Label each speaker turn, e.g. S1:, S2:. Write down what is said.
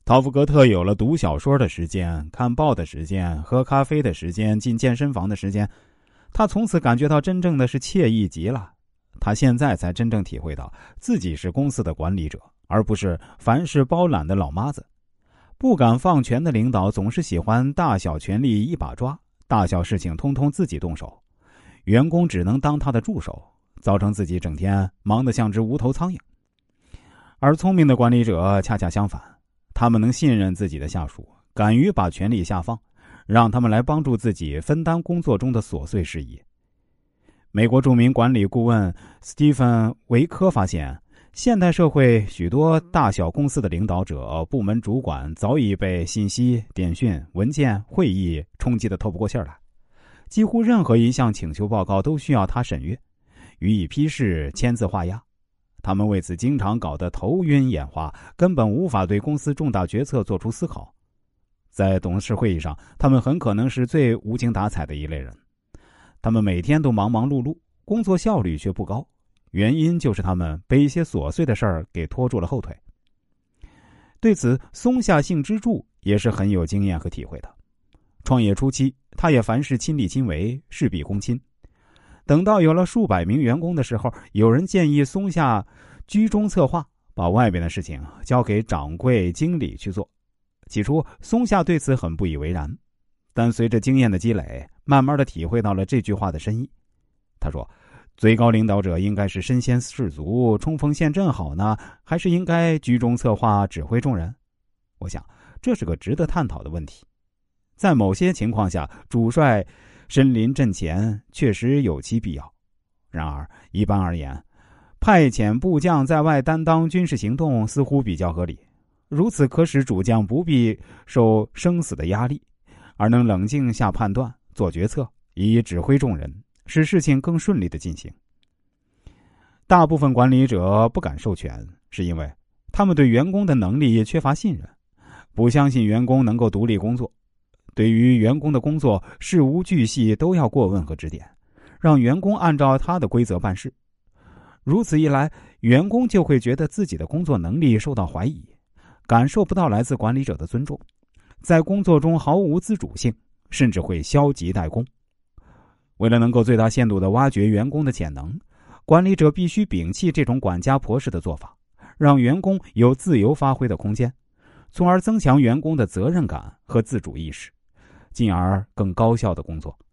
S1: 陶夫格特有了读小说的时间、看报的时间、喝咖啡的时间、进健身房的时间，他从此感觉到真正的是惬意极了。他现在才真正体会到自己是公司的管理者，而不是凡事包揽的老妈子。不敢放权的领导总是喜欢大小权力一把抓，大小事情通通自己动手，员工只能当他的助手，造成自己整天忙得像只无头苍蝇。而聪明的管理者恰恰相反，他们能信任自己的下属，敢于把权力下放，让他们来帮助自己分担工作中的琐碎事宜。美国著名管理顾问斯蒂芬·维科发现，现代社会许多大小公司的领导者、部门主管早已被信息、电讯、文件、会议冲击得透不过气来，几乎任何一项请求报告都需要他审阅，予以批示、签字画押。他们为此经常搞得头晕眼花，根本无法对公司重大决策做出思考。在董事会议上，他们很可能是最无精打采的一类人。他们每天都忙忙碌碌，工作效率却不高，原因就是他们被一些琐碎的事儿给拖住了后腿。对此，松下幸之助也是很有经验和体会的。创业初期，他也凡事亲力亲为，事必躬亲。等到有了数百名员工的时候，有人建议松下居中策划，把外边的事情交给掌柜经理去做。起初松下对此很不以为然，但随着经验的积累，慢慢的体会到了这句话的深意。他说，最高领导者应该是身先士卒、冲锋陷阵好呢，还是应该居中策划、指挥众人？我想这是个值得探讨的问题。在某些情况下，主帅身临阵前确实有其必要，然而一般而言，派遣部将在外担当军事行动似乎比较合理，如此可使主将不必受生死的压力，而能冷静下判断、做决策，以指挥众人，使事情更顺利的进行。大部分管理者不敢授权，是因为他们对员工的能力缺乏信任，不相信员工能够独立工作。对于员工的工作事无巨细都要过问和指点，让员工按照他的规则办事。如此一来，员工就会觉得自己的工作能力受到怀疑，感受不到来自管理者的尊重，在工作中毫无自主性，甚至会消极怠工。为了能够最大限度地挖掘员工的潜能，管理者必须摒弃这种管家婆式的做法，让员工有自由发挥的空间，从而增强员工的责任感和自主意识，进而更高效的工作。